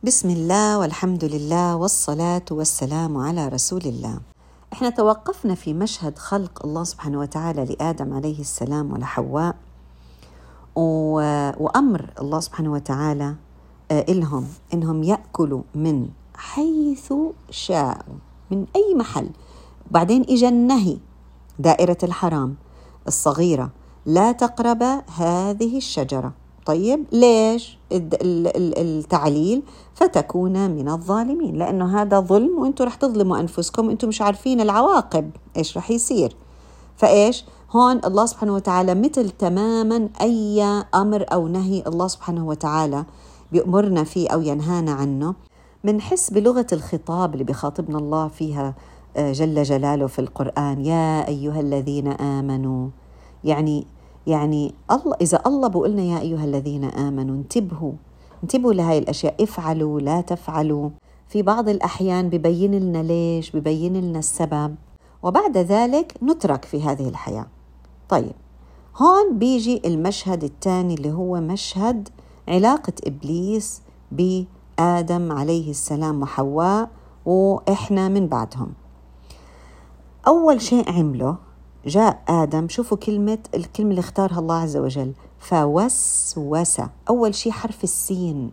بسم الله والحمد لله والصلاة والسلام على رسول الله. احنا توقفنا في مشهد خلق الله سبحانه وتعالى لآدم عليه السلام ولحواء، وأمر الله سبحانه وتعالى إلهم إنهم يأكلوا من حيث شاءوا من أي محل. بعدين إجا النهي، دائرة الحرام الصغيرة، لا تقرب هذه الشجرة. طيب ليش التعليل؟ فتكون من الظالمين، لأنه هذا ظلم وإنتوا رح تظلموا أنفسكم، إنتوا مش عارفين العواقب إيش رح يصير. فإيش هون الله سبحانه وتعالى مثل تماما أي أمر أو نهي الله سبحانه وتعالى بيأمرنا فيه أو ينهانا عنه، منحس بلغة الخطاب اللي بيخاطبنا الله فيها جل جلاله في القرآن: يا أيها الذين آمنوا. يعني الله، إذا الله بقولنا يا أيها الذين آمنوا انتبهوا لهاي الأشياء، افعلوا لا تفعلوا. في بعض الأحيان ببين لنا ليش، ببين لنا السبب، وبعد ذلك نترك في هذه الحياة. طيب هون بيجي المشهد الثاني اللي هو مشهد علاقة إبليس بآدم عليه السلام وحواء وإحنا من بعدهم. أول شيء عمله، جاء آدم، شوفوا الكلمة اللي اختارها الله عز وجل، فوسوس. أول شيء حرف السين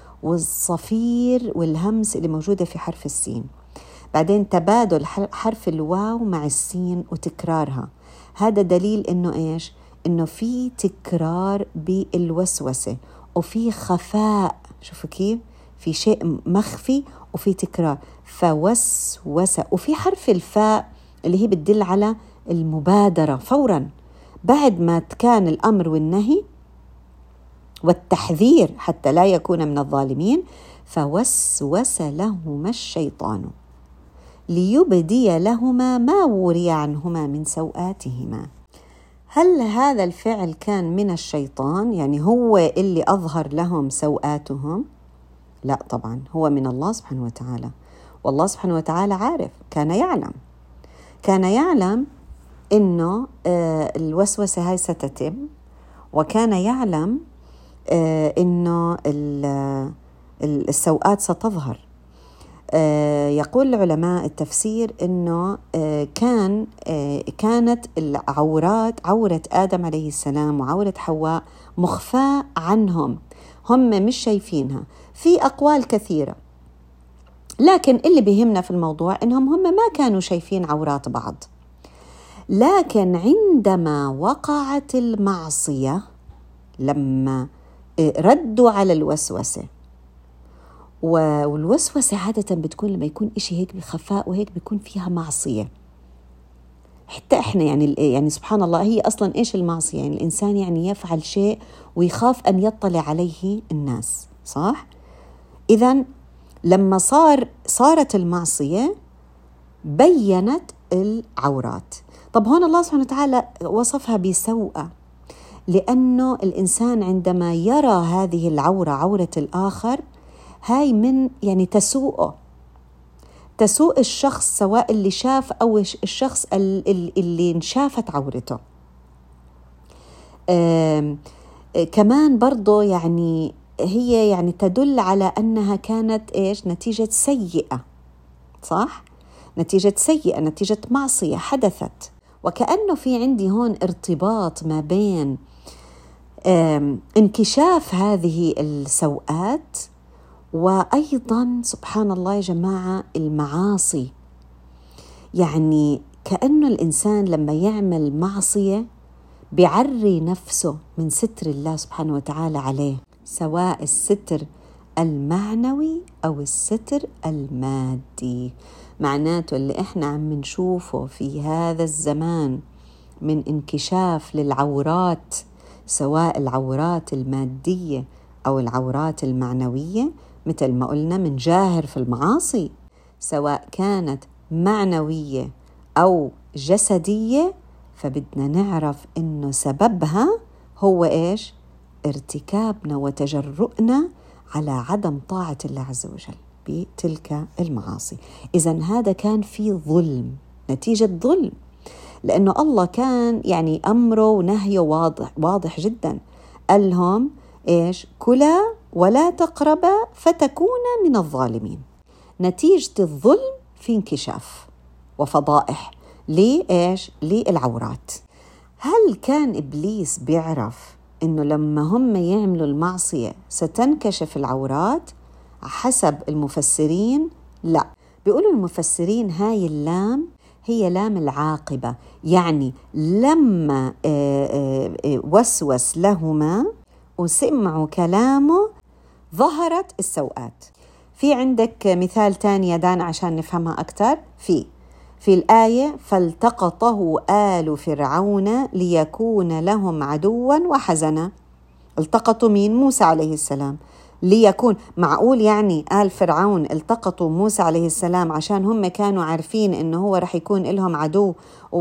والصفير والهمس اللي موجودة في حرف السين، بعدين تبادل حرف الواو مع السين وتكرارها. هذا دليل إنه إيش؟ إنه في تكرار بالوسوسة وفي خفاء. شوفوا كيف في شيء مخفي وفي تكرار. فوسوس، وفي حرف الفاء اللي هي بتدل على المبادرة فوراً بعد ما كان الأمر والنهي والتحذير حتى لا يكون من الظالمين. فوسوس لهما الشيطان ليبدي لهما ما وري عنهما من سوآتهما. هل هذا الفعل كان من الشيطان؟ يعني هو اللي أظهر لهم سوآتهم؟ لا طبعا، هو من الله سبحانه وتعالى. والله سبحانه وتعالى عارف، كان يعلم إنه الوسوسة هاي ستتم، وكان يعلم إنه السوءات ستظهر. يقول علماء التفسير إنه كانت عورة آدم عليه السلام وعورة حواء مخفاة عنهم، هم مش شايفينها. في أقوال كثيرة، لكن اللي بيهمنا في الموضوع إنهم هم ما كانوا شايفين عورات بعض. لكن عندما وقعت المعصية، لما ردوا على الوسوسة، والوسوسة عادة بتكون لما يكون إشي هيك بخفاء وهيك بيكون فيها معصية. حتى إحنا يعني سبحان الله، هي أصلاً إيش المعصية؟ يعني الإنسان يعني يفعل شيء ويخاف أن يطلع عليه الناس، صح؟ إذن لما صارت المعصية بيّنت العورات. طب هون الله سبحانه وتعالى وصفها بسوءة، لأنه الإنسان عندما يرى هذه العورة، عورة الآخر، هاي من يعني تسوء الشخص، سواء اللي شاف أو الشخص اللي انشافت عورته. كمان برضو يعني هي يعني تدل على أنها كانت إيش؟ نتيجة سيئة، صح؟ نتيجة سيئة، نتيجة معصية حدثت. وكأنه في عندي هون ارتباط ما بين انكشاف هذه السوءات، وأيضا سبحان الله يا جماعة المعاصي. يعني كأنه الإنسان لما يعمل معصية بيعري نفسه من ستر الله سبحانه وتعالى عليه، سواء الستر المعنوي أو الستر المادي. معناته اللي إحنا عم نشوفه في هذا الزمان من انكشاف للعورات، سواء العورات المادية أو العورات المعنوية، مثل ما قلنا من جاهر في المعاصي، سواء كانت معنوية أو جسدية، فبدنا نعرف إنه سببها هو إيش؟ ارتكابنا وتجرؤنا على عدم طاعة الله عز وجل بتلك المعاصي. إذن هذا كان في ظلم، نتيجة ظلم، لأنه الله كان يعني أمره ونهيه واضح جدا. قال لهم إيش؟ كلا ولا تقربا فتكونا من الظالمين. نتيجة الظلم في انكشاف وفضائح للعورات. هل كان إبليس بيعرف إنه لما هم يعملوا المعصية ستنكشف العورات؟ حسب المفسرين لا، بيقولوا المفسرين هاي اللام هي لام العاقبة، يعني لما وسوس لهما وسمعوا كلامه ظهرت السوءات. في عندك مثال تاني يا دانا عشان نفهمها أكتر؟ في الآية فالتقطه آل فرعون ليكون لهم عدوا وحزنا. التقطوا مين؟ موسى عليه السلام. ليكون، معقول يعني آل فرعون التقطوا موسى عليه السلام عشان هم كانوا عارفين إنه هو رح يكون لهم عدو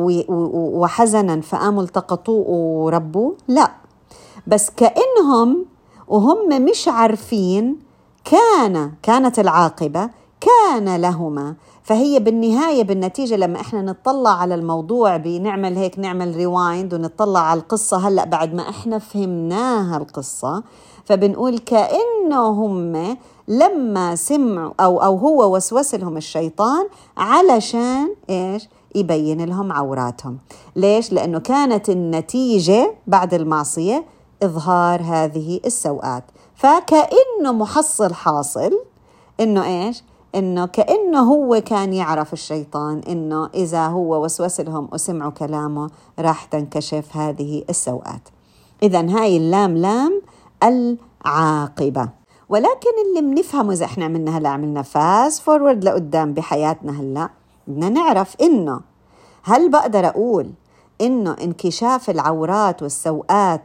وحزنا فقاموا التقطوه وربوه؟ لا، بس كأنهم وهم مش عارفين كانت العاقبة كان لهما. فهي بالنهاية بالنتيجة لما إحنا نطلع على الموضوع بنعمل هيك، نعمل ريوايند ونطلع على القصة هلأ بعد ما إحنا فهمناها القصة، فبنقول كأنه هم لما سمعوا أو هو وسوس لهم الشيطان علشان إيش؟ يبين لهم عوراتهم. ليش؟ لأنه كانت النتيجة بعد المعصية إظهار هذه السوءات. فكأنه محصل حاصل إنه إيش؟ إنه كأنه هو كان يعرف الشيطان إنه إذا هو وسوس لهم وسمعوا كلامه راح تنكشف هذه السوءات. إذن هاي اللام لام العاقبة. ولكن اللي بنفهمه إذا إحنا عملنا فاست فورورد لقدام بحياتنا هلأ، بدنا نعرف إنه هل بقدر أقول إنه انكشاف العورات والسوءات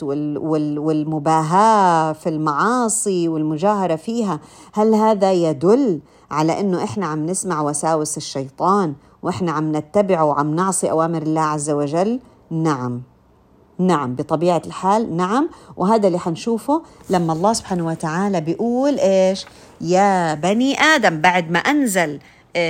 والمباهاة في المعاصي والمجاهرة فيها، هل هذا يدل على إنه إحنا عم نسمع وساوس الشيطان وإحنا عم نتبعه وعم نعصي أوامر الله عز وجل؟ نعم بطبيعة الحال نعم. وهذا اللي حنشوفه لما الله سبحانه وتعالى بيقول إيش؟ يا بني آدم، بعد ما أنزل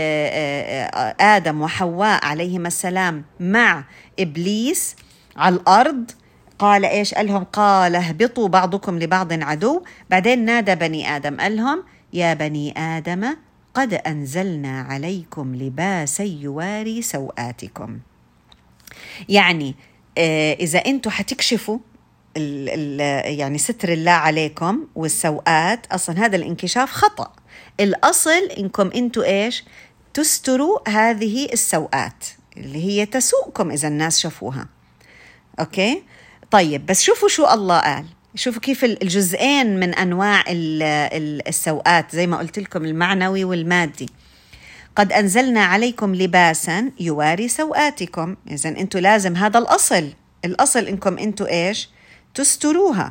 آدم وحواء عليهما السلام مع إبليس على الأرض، قال إيش؟ قالهم قال اهبطوا بعضكم لبعض عدو. بعدين نادى بني آدم قال لهم يا بني آدم قد أنزلنا عليكم لباسا يواري سوآتكم. يعني إذا أنتوا حتكشفوا يعني ستر الله عليكم والسوآت، أصلا هذا الانكشاف خطأ. الأصل إنكم أنتوا إيش؟ تستروا هذه السوءات اللي هي تسوءكم إذا الناس شافوها. أوكي؟ طيب، بس شوفوا شو الله قال، شوفوا كيف الجزئين من أنواع السوءات زي ما قلت لكم، المعنوي والمادي. قد أنزلنا عليكم لباسا يواري سوآتكم. إذن أنتوا لازم، هذا الأصل إنكم أنتوا إيش؟ تستروها.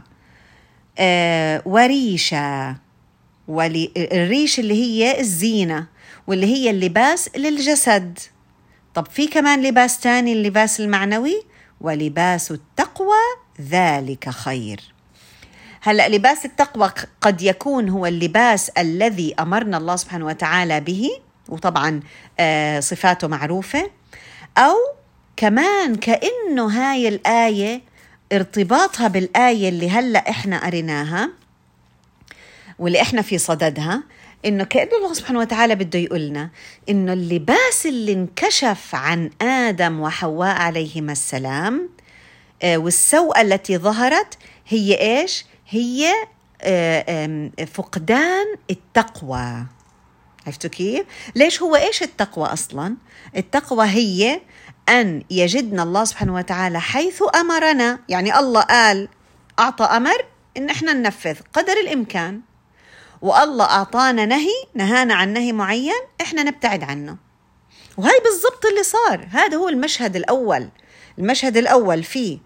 وريشة، والريش اللي هي الزينة واللي هي اللباس للجسد. طب في كمان لباس تاني، اللباس المعنوي، ولباس التقوى ذلك خير. هلأ لباس التقوى قد يكون هو اللباس الذي أمرنا الله سبحانه وتعالى به، وطبعا صفاته معروفة، أو كمان كأنه هاي الآية ارتباطها بالآية اللي هلأ إحنا قريناها واللي إحنا في صددها، إنه كأنه الله سبحانه وتعالى بده يقولنا إنه اللباس اللي انكشف عن آدم وحواء عليهما السلام والسوءة التي ظهرت هي إيش؟ هي فقدان التقوى. عرفتوا كيف؟ ليش؟ هو إيش التقوى أصلاً؟ التقوى هي أن يجدنا الله سبحانه وتعالى حيث أمرنا. يعني الله قال، أعطى أمر إن إحنا ننفذ قدر الإمكان، والله أعطانا نهانا عن نهي معين إحنا نبتعد عنه. وهي بالضبط اللي صار. هذا هو المشهد الأول فيه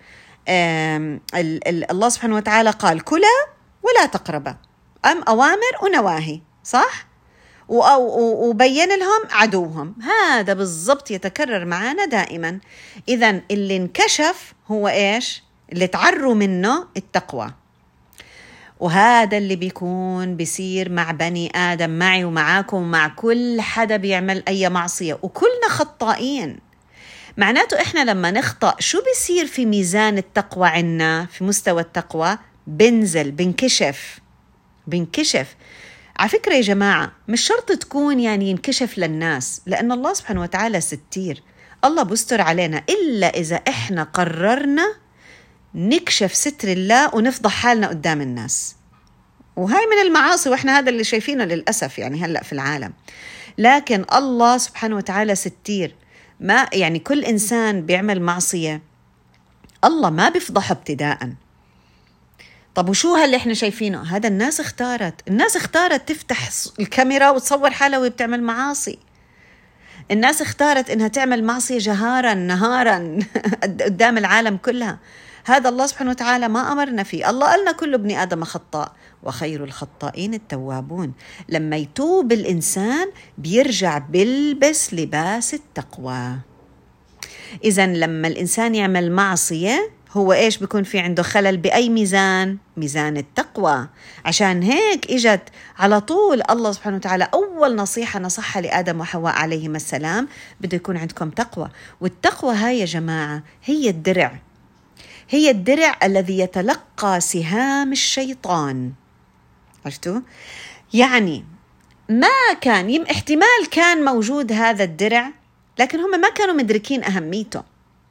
الله سبحانه وتعالى قال كلا ولا تقربا، أوامر ونواهي، صح؟ وبين لهم عدوهم. هذا بالضبط يتكرر معنا دائما. إذن اللي انكشف هو إيش؟ اللي تعروا منه التقوى. وهذا اللي بيصير مع بني آدم، معي ومعاكم ومع كل حدا بيعمل أي معصية، وكلنا خطائين. معناته إحنا لما نخطأ شو بيصير في ميزان التقوى عنا؟ في مستوى التقوى بنزل، بينكشف. على فكرة يا جماعة مش شرط تكون يعني ينكشف للناس، لأن الله سبحانه وتعالى ستير، الله بستر علينا، إلا إذا إحنا قررنا نكشف ستر الله ونفضح حالنا قدام الناس، وهاي من المعاصي، وإحنا هذا اللي شايفينه للأسف يعني هلأ في العالم. لكن الله سبحانه وتعالى ستير، ما يعني كل إنسان بيعمل معصية الله ما بيفضحه ابتداءً. طب وشو هاللي احنا شايفينه؟ هذا الناس اختارت تفتح الكاميرا وتصور حالها وهي بتعمل معاصي. الناس اختارت انها تعمل معصية جهارا نهارا قدام العالم كلها. هذا الله سبحانه وتعالى ما أمرنا فيه. الله قالنا كل ابن آدم خطاء وخير الخطائين التوابون. لما يتوب الإنسان بيرجع بيلبس لباس التقوى. إذن لما الإنسان يعمل معصية هو إيش بيكون في عنده خلل بأي ميزان؟ ميزان التقوى. عشان هيك إجت على طول الله سبحانه وتعالى أول نصيحة نصحها لآدم وحواء عليهما السلام، بده يكون عندكم تقوى. والتقوى هاي يا جماعة هي الدرع، هي الدرع الذي يتلقى سهام الشيطان. عرفتوا؟ يعني ما كان احتمال كان موجود هذا الدرع، لكن هم ما كانوا مدركين أهميته.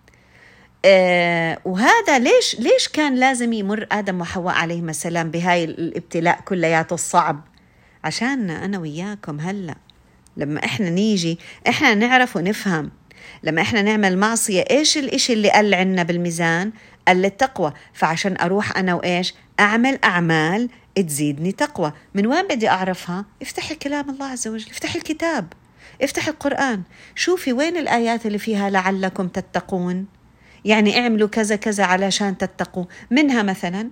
وهذا ليش كان لازم يمر آدم وحواء عليهما السلام بهاي الابتلاء كلياته الصعب؟ عشان أنا وياكم هلأ لما إحنا نيجي إحنا نعرف ونفهم، لما إحنا نعمل معصية إيش الإشي اللي قل عنا بالميزان؟ قل التقوى. فعشان أروح أنا وإيش أعمل أعمال تزيدني تقوى. من وين بدي أعرفها؟ افتحي كلام الله عز وجل، افتحي الكتاب، افتحي القرآن، شوفي وين الآيات اللي فيها لعلكم تتقون، يعني اعملوا كذا كذا علشان تتقوا. منها مثلا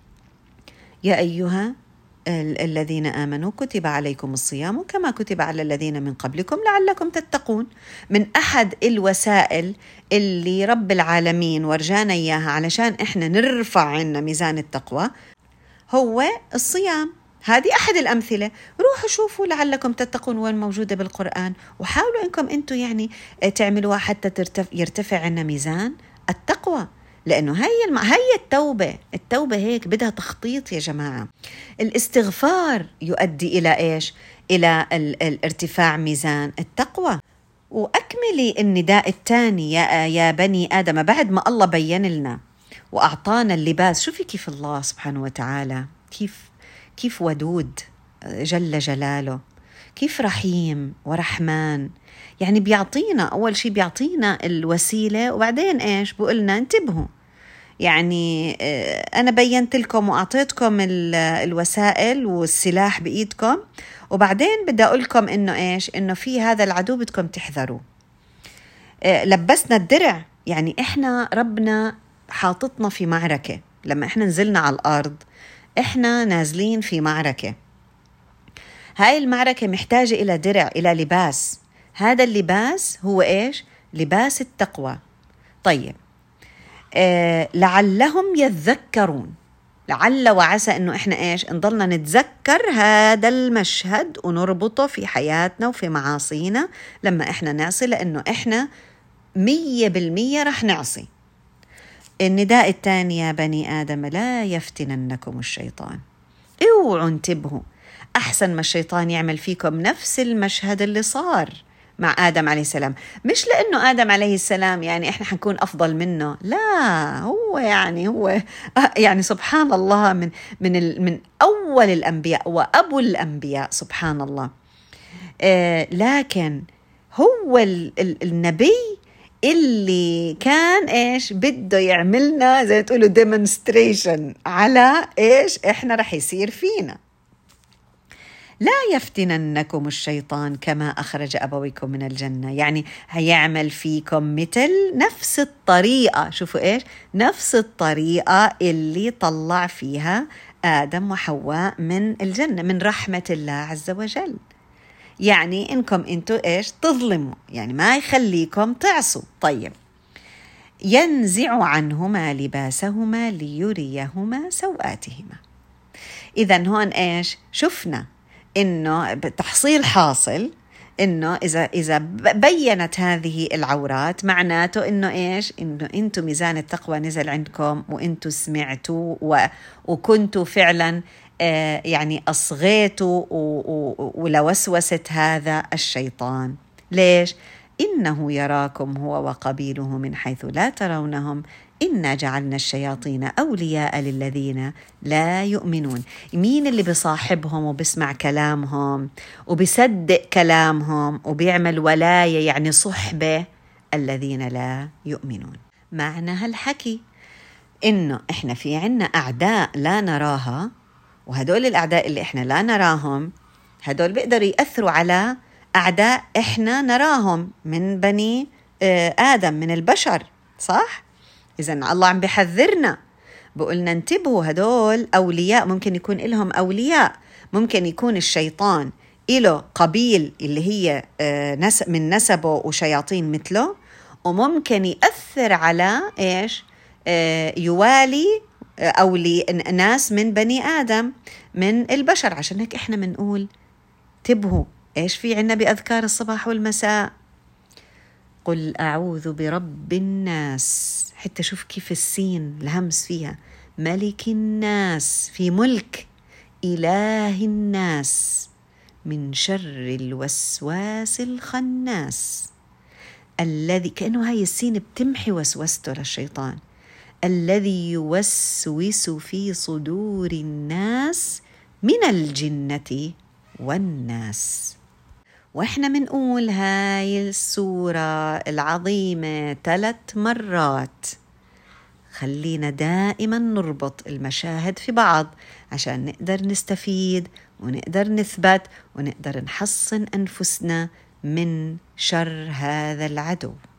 يا أيها الذين آمنوا كتب عليكم الصيام كما كتب على الذين من قبلكم لعلكم تتقون. من أحد الوسائل اللي رب العالمين ورجانا إياها علشان إحنا نرفع عنا ميزان التقوى هو الصيام. هذه أحد الأمثلة. روحوا شوفوا لعلكم تتقون وين موجودة بالقرآن، وحاولوا إنكم أنتوا يعني تعملوها حتى يرتفع عنا ميزان التقوى. لأنه هي التوبة هيك بدها تخطيط يا جماعة. الاستغفار يؤدي إلى إيش؟ إلى الارتفاع ميزان التقوى. وأكملي النداء الثاني يا بني آدم، بعد ما الله بين لنا وأعطانا اللباس. شوفي كيف الله سبحانه وتعالى كيف ودود جل جلاله، كيف رحيم ورحمن. يعني بيعطينا أول شيء بيعطينا الوسيلة، وبعدين إيش بقولنا انتبهوا. يعني أنا بينت لكم وأعطيتكم الوسائل والسلاح بإيدكم، وبعدين بدي أقول لكم إنه إيش؟ إنه في هذا العدو بدكم تحذروا. لبسنا الدرع، يعني إحنا ربنا حاططنا في معركة. لما إحنا نزلنا على الأرض إحنا نازلين في معركة. هاي المعركة محتاجة إلى درع، إلى لباس. هذا اللباس هو إيش؟ لباس التقوى. طيب لعلهم يذكرون، لعل وعسى إنه إحنا إيش؟ نضلنا نتذكر هذا المشهد ونربطه في حياتنا وفي معاصينا لما إحنا نعصي، لأنه إحنا 100% رح نعصي. النداء الثاني يا بني آدم لا يفتننكم الشيطان. اوعوا انتبهوا، أحسن ما الشيطان يعمل فيكم نفس المشهد اللي صار مع آدم عليه السلام. مش لأنه آدم عليه السلام يعني إحنا حنكون أفضل منه، لا، هو يعني سبحان الله من أول الأنبياء وأبو الأنبياء سبحان الله. لكن هو النبي اللي كان إيش بده يعملنا زي تقولوا demonstration على إيش إحنا رح يصير فينا. لا يفتننكم الشيطان كما أخرج أبويكم من الجنة، يعني هيعمل فيكم مثل نفس الطريقة. شوفوا إيش؟ نفس الطريقة اللي طلع فيها آدم وحواء من الجنة من رحمة الله عز وجل. يعني إنكم أنتوا إيش؟ تظلموا، يعني ما يخليكم تعصوا. طيب ينزع عنهما لباسهما ليريهما سوآتهما. إذن هون إيش؟ شفنا إنه تحصيل حاصل، إنه إذا بينت هذه العورات معناته إنه إيش؟ إنه أنتوا ميزان التقوى نزل عندكم، وأنتوا سمعتوا وكنتوا فعلا يعني أصغيتوا ولوسوسة هذا الشيطان. ليش؟ إنه يراكم هو وقبيله من حيث لا ترونهم إنا جعلنا الشياطين أولياء للذين لا يؤمنون. مين اللي بصاحبهم وبسمع كلامهم وبصدق كلامهم وبيعمل ولاية يعني صحبة؟ الذين لا يؤمنون. معنى هالحكي إنه إحنا في عنا أعداء لا نراها، وهدول الأعداء اللي إحنا لا نراهم هدول بيقدروا يأثروا على أعداء إحنا نراهم من بني آدم، من البشر، صح؟ إذن الله عم بيحذرنا، بقولنا انتبهوا، هدول أولياء، ممكن يكون لهم أولياء، ممكن يكون الشيطان له قبيل اللي هي من نسبه وشياطين مثله، وممكن يأثر على إيش؟ يوالي ناس من بني آدم من البشر. عشان هيك إحنا منقول انتبهوا. إيش في عنا بأذكار الصباح والمساء؟ قل أعوذ برب الناس، حتى شوف كيف السين الهمس فيها، ملك الناس، في ملك، إله الناس، من شر الوسواس الخناس الذي، كأنه هاي السين بتمحي وسوسته للشيطان، الذي يوسوس في صدور الناس من الجنة والناس. وإحنا منقول هاي السورة العظيمة 3 مرات. خلينا دائما نربط المشاهد في بعض عشان نقدر نستفيد ونقدر نثبت ونقدر نحصن أنفسنا من شر هذا العدو.